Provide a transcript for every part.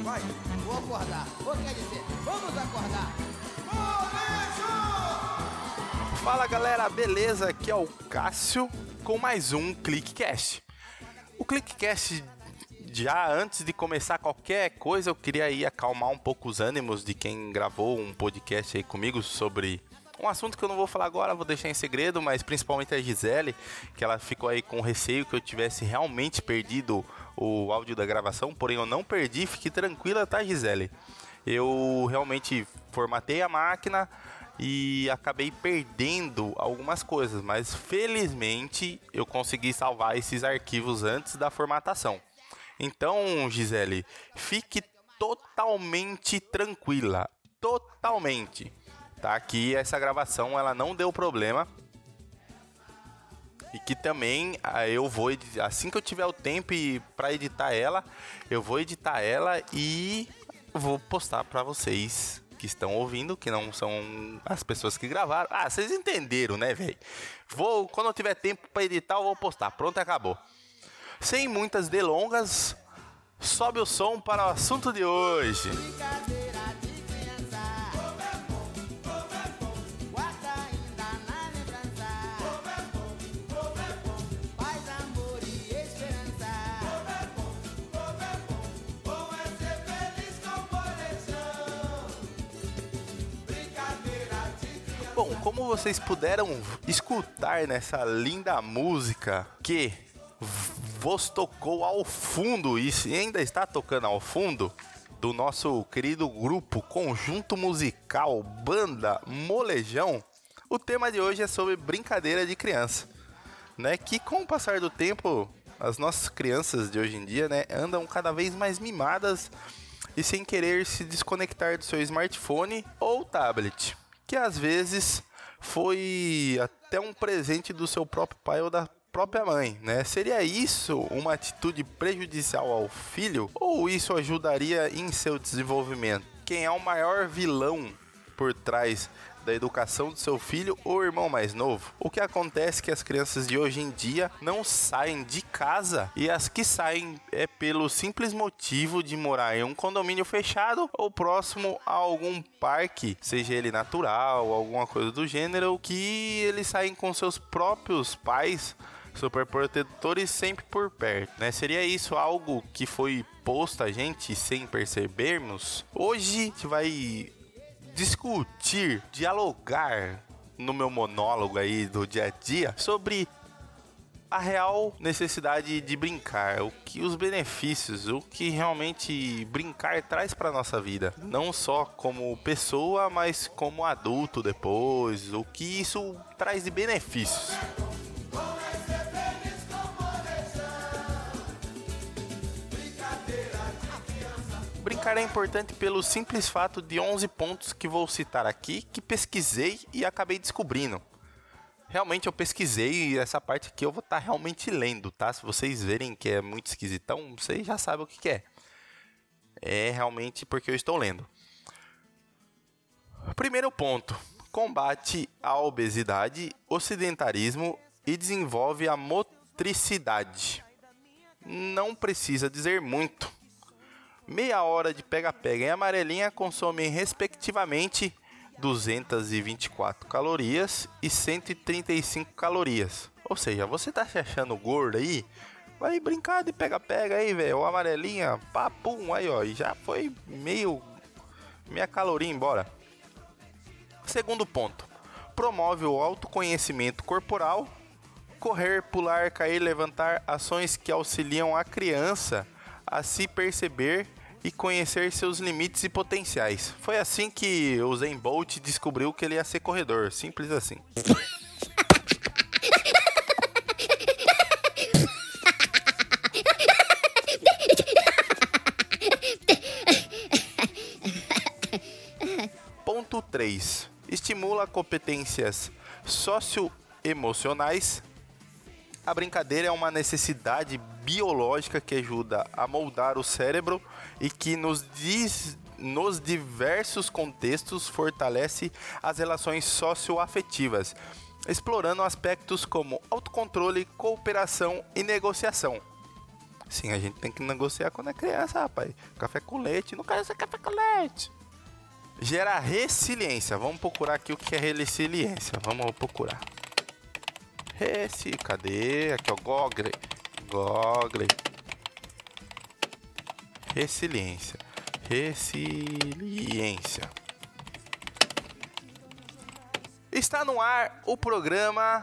Vai, vou acordar. Ou quer dizer, vamos acordar. Fala galera, beleza? Aqui é o Cássio com mais um ClickCast. O ClickCast, já antes de começar qualquer coisa, eu queria aí acalmar um pouco os ânimos de quem gravou um podcast aí comigo sobre um assunto que eu não vou falar agora, vou deixar em segredo, mas principalmente a Gisele, que ela ficou aí com receio que eu tivesse realmente perdido o áudio da gravação, porém eu não perdi, fique tranquila, tá, Gisele? Eu realmente formatei a máquina e acabei perdendo algumas coisas, mas felizmente eu consegui salvar esses arquivos antes da formatação. Então, Gisele, fique totalmente tranquila, totalmente. Tá, que essa gravação ela não deu problema e que também eu vou assim que eu tiver o tempo para editar ela, eu vou editar ela e vou postar para vocês que estão ouvindo, que não são as pessoas que gravaram. Ah, vocês entenderam, né, velho? Quando eu tiver tempo para editar, eu vou postar. Pronto, acabou. Sem muitas delongas, sobe o som para o assunto de hoje. Bom, como vocês puderam escutar nessa linda música que vos tocou ao fundo e ainda está tocando ao fundo do nosso querido grupo, conjunto musical, banda Molejão, o tema de hoje é sobre brincadeira de criança, né? Que com o passar do tempo, as nossas crianças de hoje em dia, né, andam cada vez mais mimadas e sem querer se desconectar do seu smartphone ou tablet, que às vezes foi até um presente do seu próprio pai ou da própria mãe, né? Seria isso uma atitude prejudicial ao filho ou isso ajudaria em seu desenvolvimento? Quem é o maior vilão por trás da educação do seu filho ou irmão mais novo? O que acontece é que as crianças de hoje em dia não saem de casa e as que saem é pelo simples motivo de morar em um condomínio fechado ou próximo a algum parque, seja ele natural, alguma coisa do gênero, que eles saem com seus próprios pais superprotetores sempre por perto, né? Seria isso algo que foi posto a gente sem percebermos? Hoje a gente vai discutir, dialogar no meu monólogo aí do dia a dia sobre a real necessidade de brincar, os benefícios, o que realmente brincar traz para nossa vida, não só como pessoa, mas como adulto depois, o que isso traz de benefícios. Brincar é importante pelo simples fato de 11 pontos que vou citar aqui, que pesquisei e acabei descobrindo. Realmente eu pesquisei e essa parte aqui eu vou estar realmente lendo, tá? Se vocês verem que é muito esquisitão, vocês já sabem o que é. É realmente porque eu estou lendo. Primeiro ponto: combate a obesidade, o sedentarismo e desenvolve a motricidade. Não precisa dizer muito. Meia hora de pega-pega em amarelinha consome respectivamente 224 calorias e 135 calorias. Ou seja, você tá se achando gordo aí? Vai brincar de pega-pega aí, velho. O amarelinha, papum, aí ó, e já foi meia caloria embora. Segundo ponto: promove o autoconhecimento corporal. Correr, pular, cair, levantar, ações que auxiliam a criança a se perceber e conhecer seus limites e potenciais. Foi assim que o Usain Bolt descobriu que ele ia ser corredor, simples assim. Ponto 3. Estimula competências socioemocionais. A brincadeira é uma necessidade biológica que ajuda a moldar o cérebro e que nos diversos contextos fortalece as relações socioafetivas, explorando aspectos como autocontrole, cooperação e negociação. Sim, a gente tem que negociar quando é criança, rapaz. Café com leite, não quero ser café com leite. Gera resiliência. Vamos procurar aqui o que é resiliência. Vamos procurar. Cadê? Aqui, ó. Google. Resiliência. Está no ar o programa...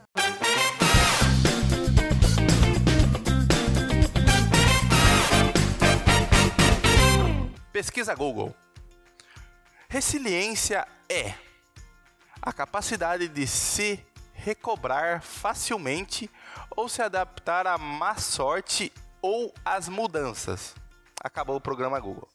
Pesquisa Google. Resiliência é a capacidade de se recobrar facilmente ou se adaptar à má sorte ou às mudanças. Acabou o programa Google.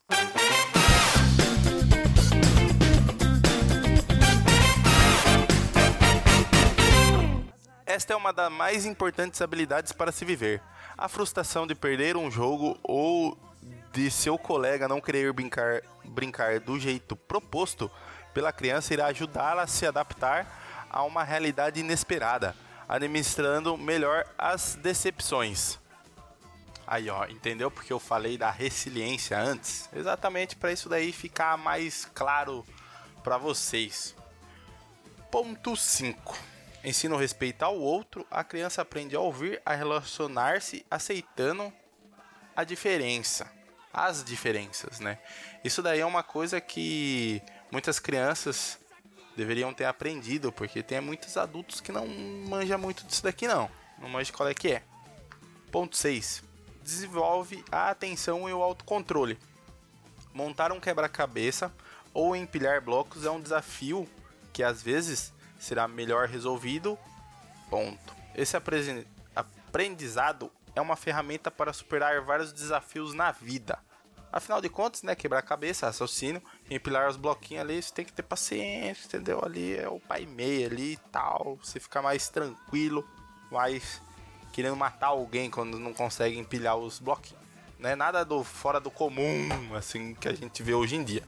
Esta é uma das mais importantes habilidades para se viver. A frustração de perder um jogo ou de seu colega não querer brincar do jeito proposto pela criança irá ajudá-la a se adaptar a uma realidade inesperada, administrando melhor as decepções. Aí, ó, entendeu porque eu falei da resiliência antes? Exatamente para isso daí ficar mais claro para vocês. Ponto 5. Ensina o respeito ao outro. A criança aprende a ouvir, a relacionar-se, aceitando a diferença. As diferenças, né? Isso daí é uma coisa que muitas crianças deveriam ter aprendido, porque tem muitos adultos que não manjam muito disso daqui não manjam qual é que é. Ponto 6. Desenvolve a atenção e o autocontrole. Montar um quebra-cabeça ou empilhar blocos é um desafio que às vezes será melhor resolvido. Ponto. Esse aprendizado é uma ferramenta para superar vários desafios na vida. Afinal de contas, né, quebrar a cabeça, raciocínio, empilar os bloquinhos ali, você tem que ter paciência, entendeu? Ali é o pai e meia ali e tal, você fica mais tranquilo, mais querendo matar alguém quando não consegue empilhar os bloquinhos. Não é nada fora do comum, assim, que a gente vê hoje em dia.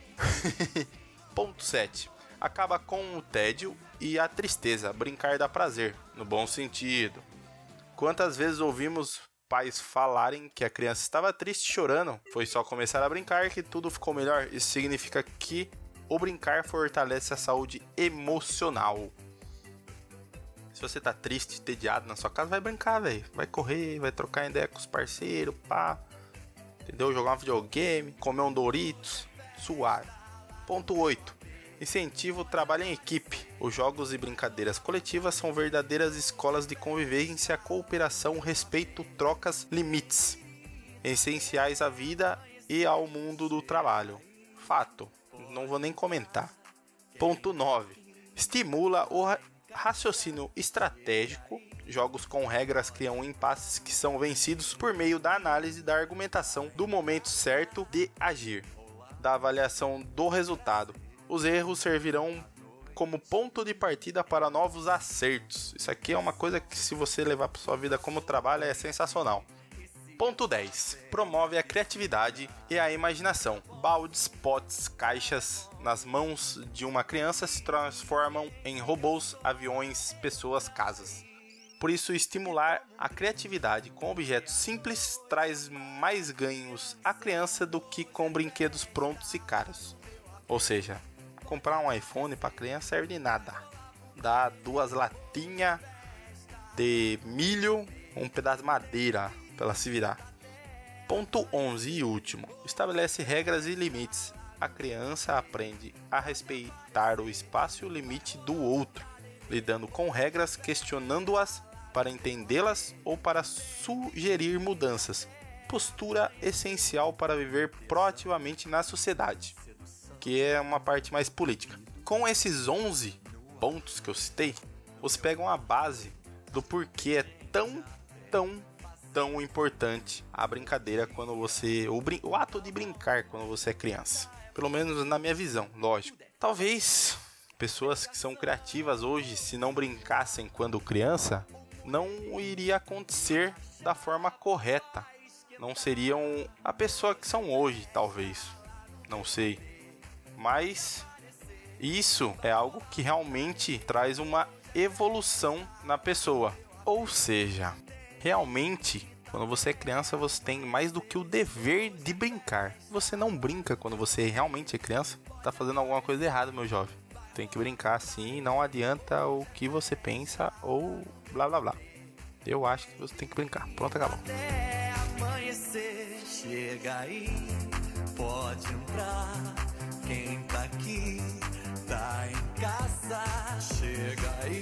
Ponto 7. Acaba com o tédio e a tristeza. Brincar dá prazer, no bom sentido. Quantas vezes ouvimos pais falarem que a criança estava triste chorando? Foi só começar a brincar que tudo ficou melhor. Isso significa que o brincar fortalece a saúde emocional. Se você tá triste, entediado na sua casa, vai brincar, velho. Vai correr, vai trocar ideia com os parceiros, pá. Entendeu? Jogar um videogame, comer um Doritos, suave. Ponto 8. Incentiva o trabalho em equipe. Os jogos e brincadeiras coletivas são verdadeiras escolas de convivência, cooperação, respeito, trocas, limites, essenciais à vida e ao mundo do trabalho. Fato, não vou nem comentar. Ponto 9. Estimula o raciocínio estratégico. Jogos com regras criam impasses que são vencidos por meio da análise da argumentação, do momento certo de agir, da avaliação do resultado. Os erros servirão como ponto de partida para novos acertos. Isso aqui é uma coisa que, se você levar para sua vida como trabalho, é sensacional. Ponto 10. Promove a criatividade e a imaginação. Baldes, potes, caixas nas mãos de uma criança se transformam em robôs, aviões, pessoas, casas. Por isso, estimular a criatividade com objetos simples traz mais ganhos à criança do que com brinquedos prontos e caros. Ou seja, comprar um iPhone para criança serve de nada. Dá 2 latinhas de milho, um pedaço de madeira para ela se virar. Ponto 11 e último. Estabelece regras e limites. A criança aprende a respeitar o espaço e o limite do outro, lidando com regras, questionando-as para entendê-las ou para sugerir mudanças. Postura essencial para viver proativamente na sociedade, que é uma parte mais política. Com esses 11 pontos que eu citei, você pega uma base do porquê é tão importante a brincadeira quando você... o ato de brincar quando você é criança. Pelo menos na minha visão, lógico. Talvez pessoas que são criativas hoje, se não brincassem quando criança, não iria acontecer da forma correta. Não seriam a pessoa que são hoje, talvez. Não sei. Mas isso é algo que realmente traz uma evolução na pessoa. Ou seja, realmente Quando você é criança, você tem mais do que o dever de brincar. Você não brinca quando você realmente é criança, tá fazendo alguma coisa errada, meu jovem. Tem que brincar sim, não adianta o que você pensa ou blá blá blá. Eu acho que você tem que brincar. Pronto, acabou. Até amanhecer, chega aí, pode entrar. Quem tá aqui, tá em casa. Chega aí,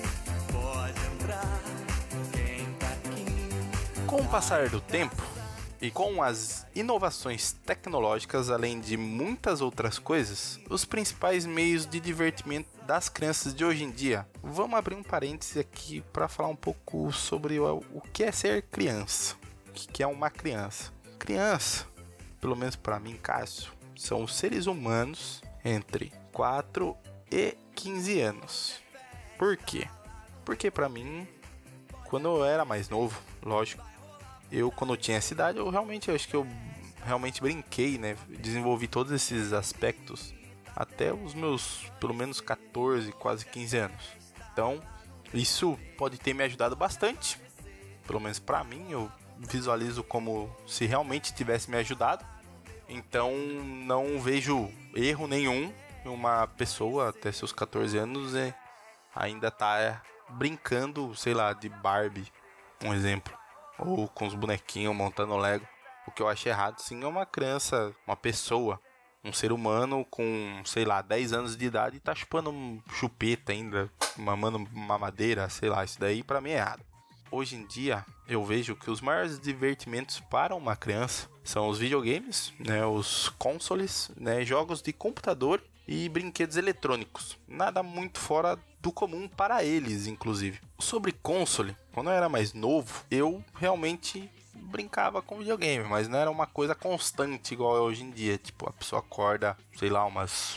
pode entrar. Quem tá aqui. Com o passar do tempo e com as inovações tecnológicas, além de muitas outras coisas, os principais meios de divertimento das crianças de hoje em dia. Vamos abrir um parêntese aqui para falar um pouco sobre o que é ser criança. O que é uma criança? Criança, pelo menos para mim, Cássio, são seres humanos entre 4 e 15 anos. Por quê? Porque para mim, quando eu era mais novo, lógico, quando eu tinha essa idade, acho que eu realmente brinquei, né? Desenvolvi todos esses aspectos até os meus, pelo menos 14, quase 15 anos. Então, isso pode ter me ajudado bastante. Pelo menos pra mim, eu visualizo como se realmente tivesse me ajudado. Então, não vejo erro nenhum em uma pessoa até seus 14 anos ainda tá brincando, sei lá, de Barbie, um exemplo. Ou com os bonequinhos montando Lego. O que eu acho errado, sim, é uma criança, uma pessoa, um ser humano com, sei lá, 10 anos de idade e tá chupando chupeta ainda, mamando mamadeira, sei lá, isso daí pra mim é errado. Hoje em dia, eu vejo que os maiores divertimentos para uma criança são os videogames, né, os consoles, né, jogos de computador e brinquedos eletrônicos. Nada muito fora do comum para eles, inclusive. Sobre console, quando eu era mais novo, eu realmente brincava com videogame, mas não era uma coisa constante igual é hoje em dia. Tipo, a pessoa acorda, sei lá, umas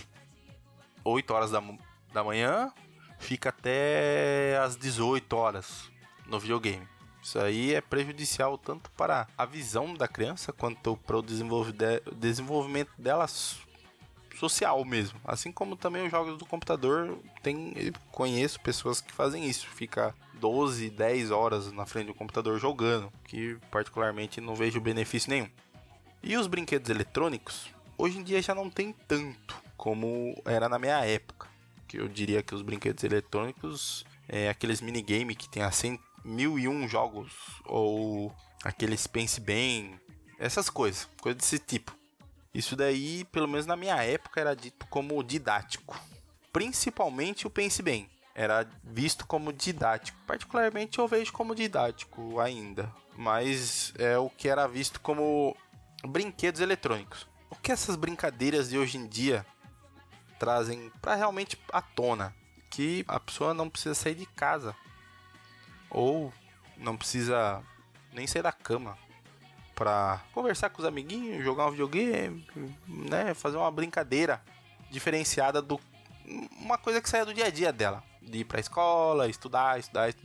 8 horas da manhã, fica até as 18 horas no videogame. Isso aí é prejudicial tanto para a visão da criança quanto para o desenvolvimento dela social mesmo. Assim como também os jogos do computador, conheço pessoas que fazem isso, fica 12, 10 horas na frente do computador jogando, que particularmente não vejo benefício nenhum. E os brinquedos eletrônicos, hoje em dia já não tem tanto como era na minha época, que eu diria que os brinquedos eletrônicos aqueles minigame que tem assim 1001 jogos, ou aqueles Pense Bem, essas coisas desse tipo. Isso daí, pelo menos na minha época, era dito como didático. Principalmente o Pense Bem era visto como didático. Particularmente eu vejo como didático ainda, mas é o que era visto como brinquedos eletrônicos. O que essas brincadeiras de hoje em dia trazem para realmente à tona? Que a pessoa não precisa sair de casa, ou não precisa nem sair da cama para conversar com os amiguinhos, jogar um videogame, né, fazer uma brincadeira diferenciada uma coisa que saia do dia a dia dela, de ir para a escola, estudar.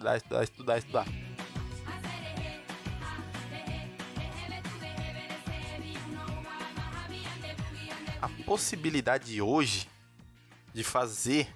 A possibilidade hoje de fazer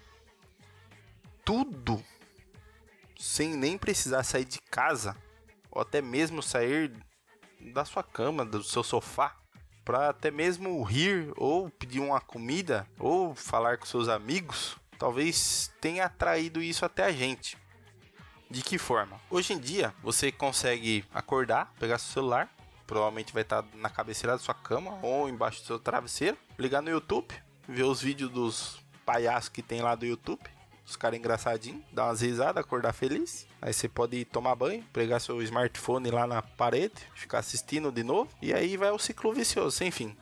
tudo sem nem precisar sair de casa, ou até mesmo sair da sua cama, do seu sofá, para até mesmo rir ou pedir uma comida ou falar com seus amigos, talvez tenha atraído isso até a gente. De que forma? Hoje em dia você consegue acordar, pegar seu celular, provavelmente vai estar na cabeceira da sua cama ou embaixo do seu travesseiro, ligar no YouTube, ver os vídeos dos palhaços que tem lá do YouTube, os caras engraçadinhos, dar umas risadas, acordar feliz. Aí você pode ir tomar banho, pegar seu smartphone lá na parede, ficar assistindo de novo, e aí vai o ciclo vicioso, sem fim.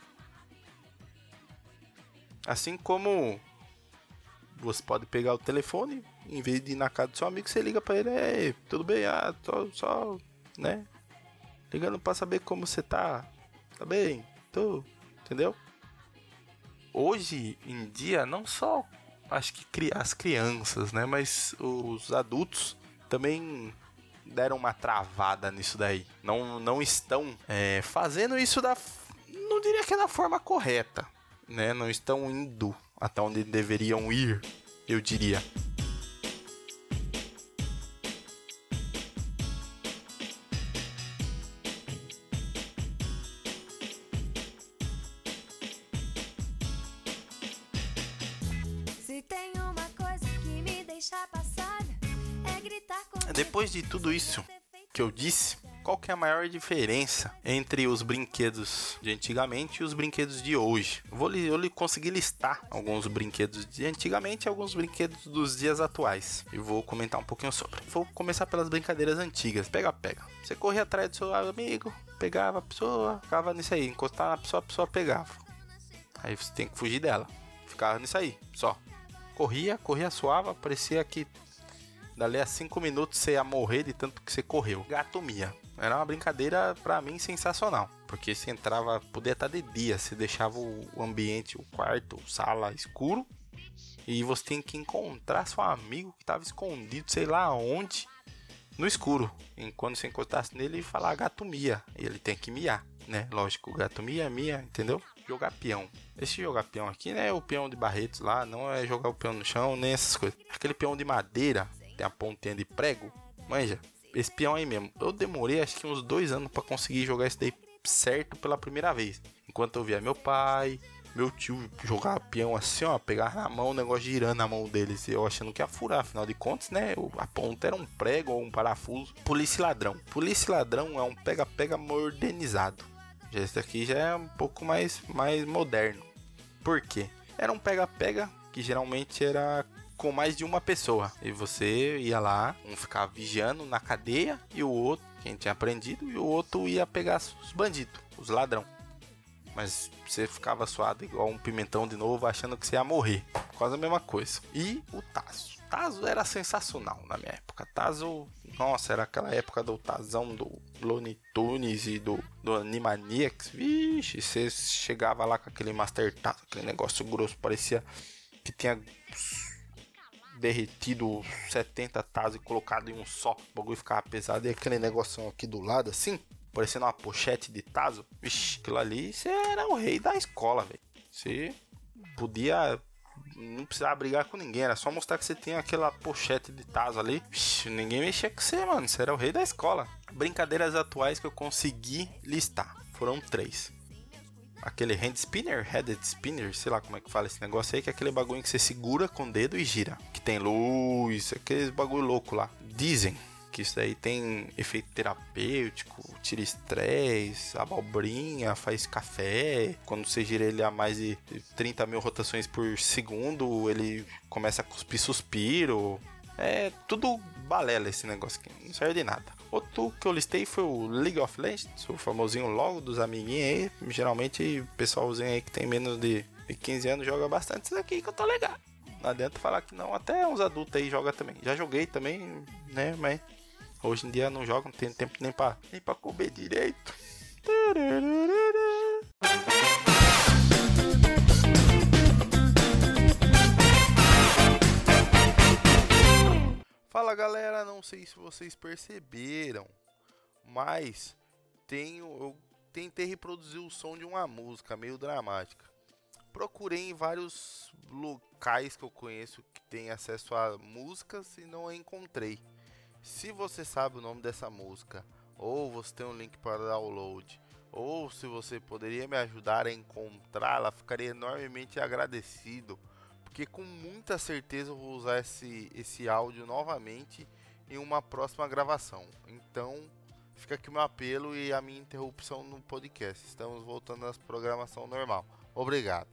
Assim como você pode pegar o telefone, em vez de ir na casa do seu amigo, você liga pra ele: "Ei, tudo bem? Tô só, né, ligando pra saber como você tá. Tá bem? Tô", entendeu? Hoje em dia, não só acho que as crianças, né, mas os adultos também deram uma travada nisso daí. Não estão fazendo isso não diria que é da forma correta, né? Não estão indo até onde deveriam ir, eu diria. Depois de tudo isso que eu disse, qual que é a maior diferença entre os brinquedos de antigamente e os brinquedos de hoje? Eu lhe consegui listar alguns brinquedos de antigamente e alguns brinquedos dos dias atuais. E vou comentar um pouquinho sobre. Vou começar pelas brincadeiras antigas. Pega. Você corria atrás do seu amigo, pegava a pessoa, ficava nisso aí. Encostava na pessoa, a pessoa pegava. Aí você tem que fugir dela. Ficava nisso aí, só. Corria suava, parecia que dali a 5 minutos você ia morrer de tanto que você correu. Gato Mia. Era uma brincadeira pra mim sensacional. Porque você entrava, podia estar de dia, você deixava o ambiente, o quarto, sala escuro. E você tem que encontrar seu amigo que estava escondido, sei lá onde, no escuro. E quando você encostasse nele, falar Gato Mia. E ele tem que miar, né? Lógico, Gato Mia, entendeu? Jogar peão. Esse jogar peão aqui não é o peão de Barretos lá, não é jogar o peão no chão, nem essas coisas. Aquele peão de madeira, tem a pontinha de prego, manja. Esse peão aí mesmo, eu demorei acho que uns 2 anos pra conseguir jogar isso daí certo pela primeira vez. Enquanto eu via meu pai, meu tio jogar peão assim, ó, pegar na mão, o negócio girando na mão deles. Eu achando que ia furar, afinal de contas, né? A ponta era um prego ou um parafuso. Polícia e ladrão. Polícia e ladrão é um pega-pega modernizado. Esse aqui já é um pouco mais moderno. Por quê? Era um pega-pega que geralmente era com mais de uma pessoa. E você ia lá, um ficava vigiando na cadeia e o outro, quem tinha aprendido, e o outro ia pegar os bandidos, os ladrão. Mas você ficava suado igual um pimentão de novo, achando que você ia morrer. Quase a mesma coisa. E o tazo. Tazo era sensacional na minha época. Tazo, nossa, era aquela época do Tazão, do Looney Tunes e do Animaniacs. Vixe, você chegava lá com aquele Master Tazo, aquele negócio grosso, parecia que tinha derretido 70 tazos e colocado em um só. O bagulho ficava pesado. E aquele negocinho aqui do lado, assim, parecendo uma pochete de tazo. Vixe, aquilo ali, você era o rei da escola, velho. Você podia... não precisava brigar com ninguém, era só mostrar que você tinha aquela pochete de tazo ali. Vixe, ninguém mexia com você, mano. Você era o rei da escola. Brincadeiras atuais que eu consegui listar foram 3. Aquele headed spinner, sei lá como é que fala esse negócio aí, que é aquele bagulho que você segura com o dedo e gira. Que tem luz, aquele bagulho louco lá. Dizem que isso daí tem efeito terapêutico, tira estresse, abobrinha, faz café. Quando você gira ele a mais de 30 mil rotações por segundo, ele começa a cuspir suspiro. É tudo balela esse negócio aqui, não serve de nada. Outro que eu listei foi o League of Legends, o famosinho LOL dos amiguinhos aí. Geralmente o pessoalzinho aí que tem menos de 15 anos joga bastante isso aqui que eu tô legal. Não adianta falar que não, até uns adultos aí jogam também. Já joguei também, né, mas hoje em dia não jogo, não tenho tempo nem pra comer direito. Fala galera, não sei se vocês perceberam, mas eu tentei reproduzir o som de uma música meio dramática. Procurei em vários locais que eu conheço que tem acesso a músicas e não a encontrei. Se você sabe o nome dessa música, ou você tem um link para download, ou se você poderia me ajudar a encontrá-la, ficaria enormemente agradecido. Porque com muita certeza eu vou usar esse áudio novamente em uma próxima gravação. Então fica aqui o meu apelo e a minha interrupção no podcast. Estamos voltando à programação normal. Obrigado.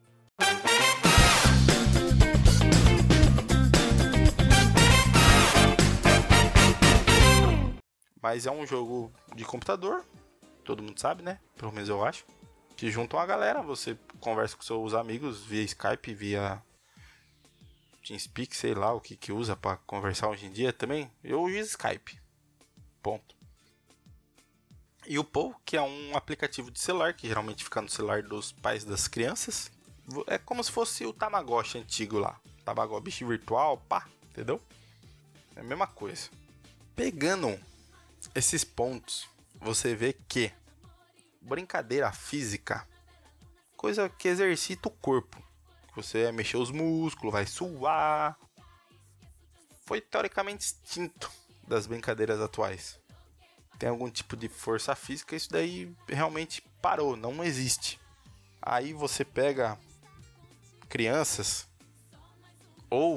Mas é um jogo de computador, todo mundo sabe, né? Pelo menos eu acho. Que juntam a galera, você conversa com seus amigos via Skype, via TeamSpeak, sei lá o que usa para conversar hoje em dia também. Eu uso Skype. Ponto. E o Pou, que é um aplicativo de celular, que geralmente fica no celular dos pais das crianças. É como se fosse o Tamagotchi antigo lá. Tamagotchi, bicho virtual, pá, entendeu? É a mesma coisa. Pegando esses pontos, você vê que brincadeira física, coisa que exercita o corpo. Você vai mexer os músculos, vai suar. Foi teoricamente extinto das brincadeiras atuais. Tem algum tipo de força física, isso daí realmente parou, não existe. Aí você pega crianças ou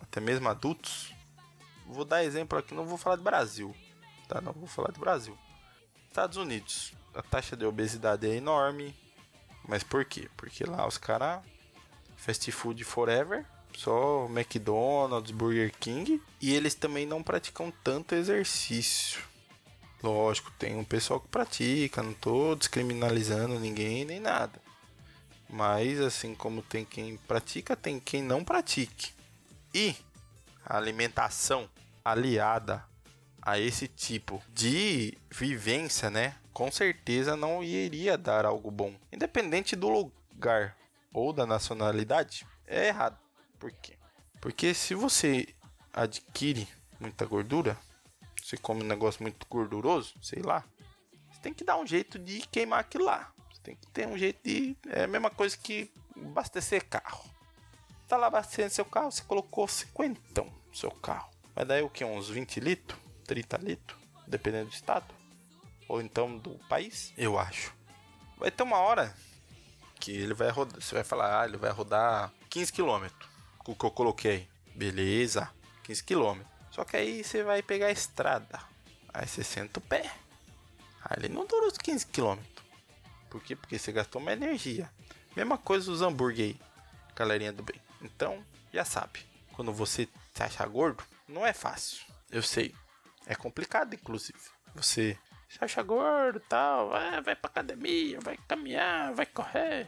até mesmo adultos. Vou dar exemplo aqui, não vou falar do Brasil, tá? Não vou falar do Brasil. Estados Unidos, a taxa de obesidade é enorme. Mas por quê? Porque lá os caras, fast food forever, só McDonald's, Burger King, e eles também não praticam tanto exercício. Lógico, tem um pessoal que pratica, não tô descriminalizando ninguém nem nada. Mas assim como tem quem pratica, tem quem não pratique. E a alimentação aliada a esse tipo de vivência, né? Com certeza não iria dar algo bom. Independente do lugar ou da nacionalidade, é errado. Por quê? Porque se você adquire muita gordura, você come um negócio muito gorduroso, sei lá, você tem que dar um jeito de queimar aquilo lá. Você tem que ter um jeito de... É a mesma coisa que abastecer carro. Tá lá abastecendo seu carro, você colocou 50 no seu carro. Vai dar o que? Uns 20 litros? 30 litros? Dependendo do estado. Ou então do país, eu acho. Vai ter uma hora que ele vai rodar. Você vai falar, ele vai rodar 15 km com o que eu coloquei. Beleza, 15 km. Só que aí você vai pegar a estrada. Aí você senta o pé. Aí ele não dura os 15 km. Por quê? Porque você gastou uma energia. Mesma coisa os hambúrguer aí, galerinha do bem. Então, já sabe. Quando você se acha gordo, não é fácil. Eu sei. É complicado, inclusive. Você se acha gordo e tal. Vai pra academia, vai caminhar, vai correr.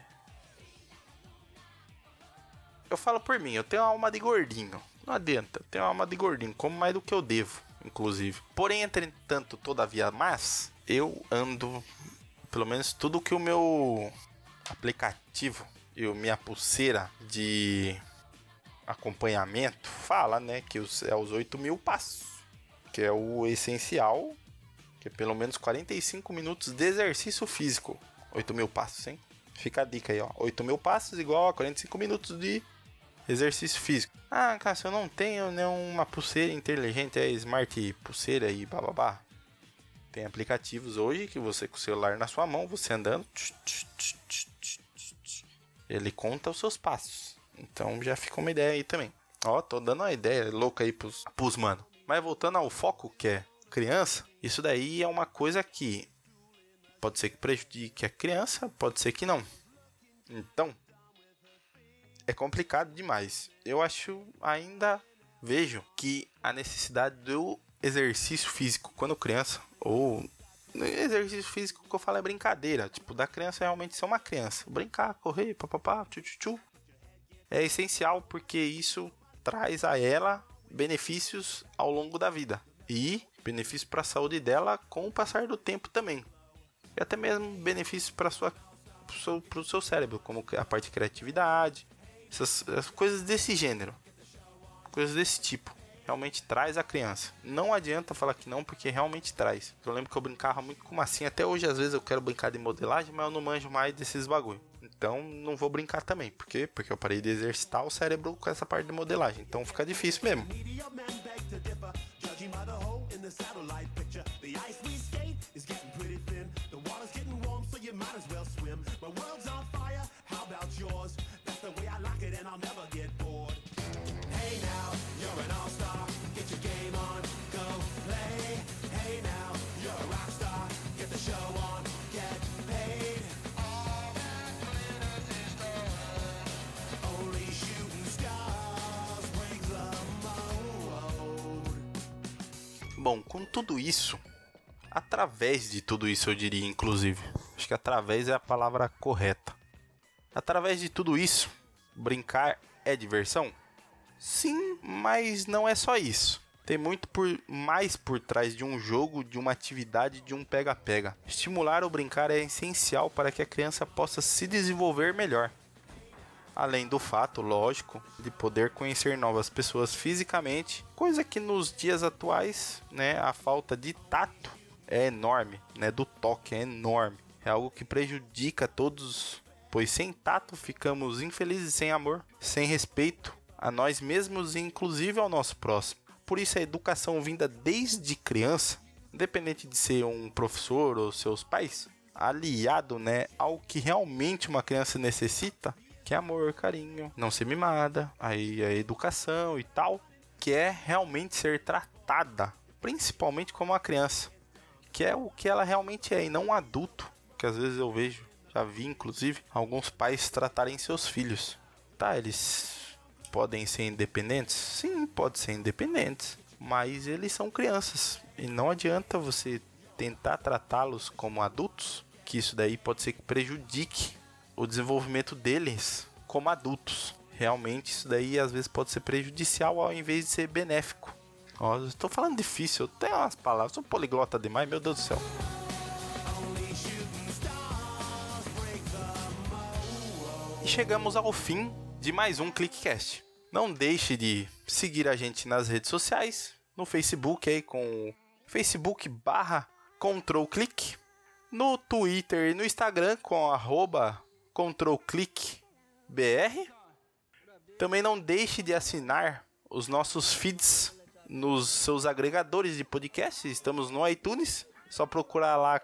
Eu falo por mim, eu tenho uma alma de gordinho. Não adianta, eu tenho uma alma de gordinho. Como mais do que eu devo, inclusive. Porém, entretanto, todavia, mas eu ando... Pelo menos tudo que o meu aplicativo e minha pulseira de acompanhamento fala, né? Que é os 8.000 passos. Que é o essencial. Que é pelo menos 45 minutos de exercício físico. 8.000 passos, hein? Fica a dica aí, ó. 8.000 passos igual a 45 minutos de exercício físico. Ah, cara, se eu não tenho nenhuma pulseira inteligente, é smart pulseira e bababá. Tem aplicativos hoje que você com o celular na sua mão, você andando, ele conta os seus passos. Então já fica uma ideia aí também. Ó, tô dando uma ideia louca aí pros mano. Mas voltando ao foco, que é criança, isso daí é uma coisa que pode ser que prejudique a criança, pode ser que não. Então, é complicado demais. Eu vejo que a necessidade do exercício físico quando criança, ou exercício físico que eu falo é brincadeira, tipo, da criança realmente ser uma criança, brincar, correr, papapá, tchu, é essencial porque isso traz a ela benefícios ao longo da vida e benefícios para a saúde dela com o passar do tempo também, e até mesmo benefícios para o seu cérebro, como a parte de criatividade, essas coisas desse gênero, coisas desse tipo. Realmente traz a criança. Não adianta falar que não, porque realmente traz. Eu lembro que eu brincava muito com massinha. Até hoje, às vezes, eu quero brincar de modelagem, mas eu não manjo mais desses bagulho. Então, não vou brincar também. Por quê? Porque eu parei de exercitar o cérebro com essa parte de modelagem. Então, fica difícil mesmo. Bom, com tudo isso, através de tudo isso eu diria, inclusive, acho que através é a palavra correta. Através de tudo isso, brincar é diversão? Sim, mas não é só isso. Tem muito mais por trás de um jogo, de uma atividade, de um pega-pega. Estimular ou brincar é essencial para que a criança possa se desenvolver melhor. Além do fato, lógico, de poder conhecer novas pessoas fisicamente, coisa que nos dias atuais, né, a falta de tato é enorme, né, do toque é enorme. É algo que prejudica todos, pois sem tato ficamos infelizes, sem amor, sem respeito a nós mesmos e inclusive ao nosso próximo. Por isso a educação vinda desde criança, independente de ser um professor ou seus pais, aliado, né, ao que realmente uma criança necessita, que é amor, carinho, não ser mimada, aí a educação e tal, que é realmente ser tratada, principalmente como uma criança, que é o que ela realmente é, e não um adulto, que às vezes eu vejo, já vi inclusive, alguns pais tratarem seus filhos. Tá, eles podem ser independentes? Sim, podem ser independentes, mas eles são crianças, e não adianta você tentar tratá-los como adultos, que isso daí pode ser que prejudique o desenvolvimento deles como adultos. Realmente isso daí às vezes pode ser prejudicial ao invés de ser benéfico. Ó, eu estou falando difícil, eu tenho umas palavras, sou poliglota demais, meu Deus do céu. E chegamos ao fim de mais um ClickCast. Não deixe de seguir a gente nas redes sociais, no Facebook aí com Facebook/ControlClick, no Twitter e no Instagram com @ControlClickBR. Também não deixe de assinar os nossos feeds nos seus agregadores de podcast. Estamos no iTunes, só procurar lá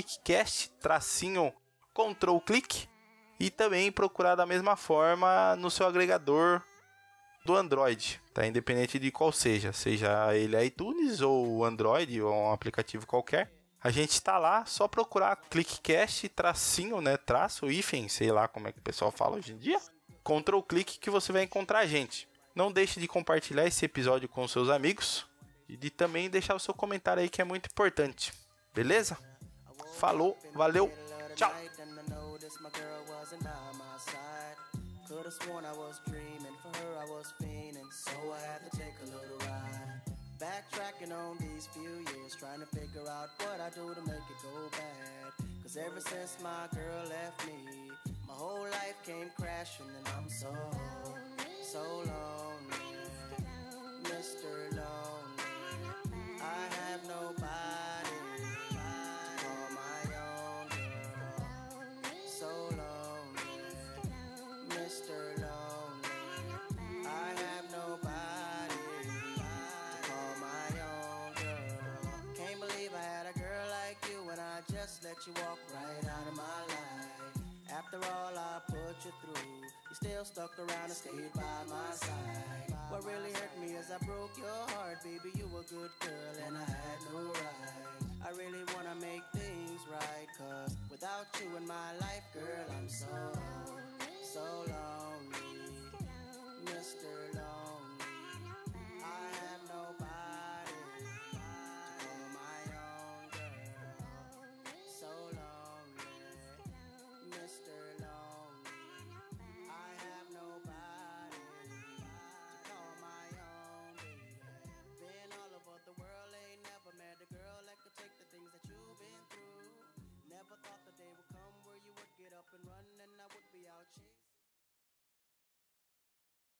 ClickCast-ControlClick e também procurar da mesma forma no seu agregador do Android, tá? Independente de qual seja ele iTunes ou Android ou um aplicativo qualquer. A gente está lá, só procurar ClickCast, traço, hífen, sei lá como é que o pessoal fala hoje em dia, Control Click, que você vai encontrar a gente. Não deixe de compartilhar esse episódio com seus amigos e de também deixar o seu comentário aí, que é muito importante. Beleza? Falou, valeu, tchau! Could've sworn I was dreaming, for her I was fiending, so I had to take a little ride. Backtracking on these few years, trying to figure out what I do to make it go bad. Cause ever since my girl left me, my whole life came crashing and I'm so lonely, Mr. Lonely. I have nobody to call my own girl, so lonely, Mr. Lonely. I have nobody to call my own girl. Can't believe I had a girl like you and I just let you walk right out of my life. After all I put you through, you still stuck around and stayed by my side. What really hurt me is I broke your heart, baby.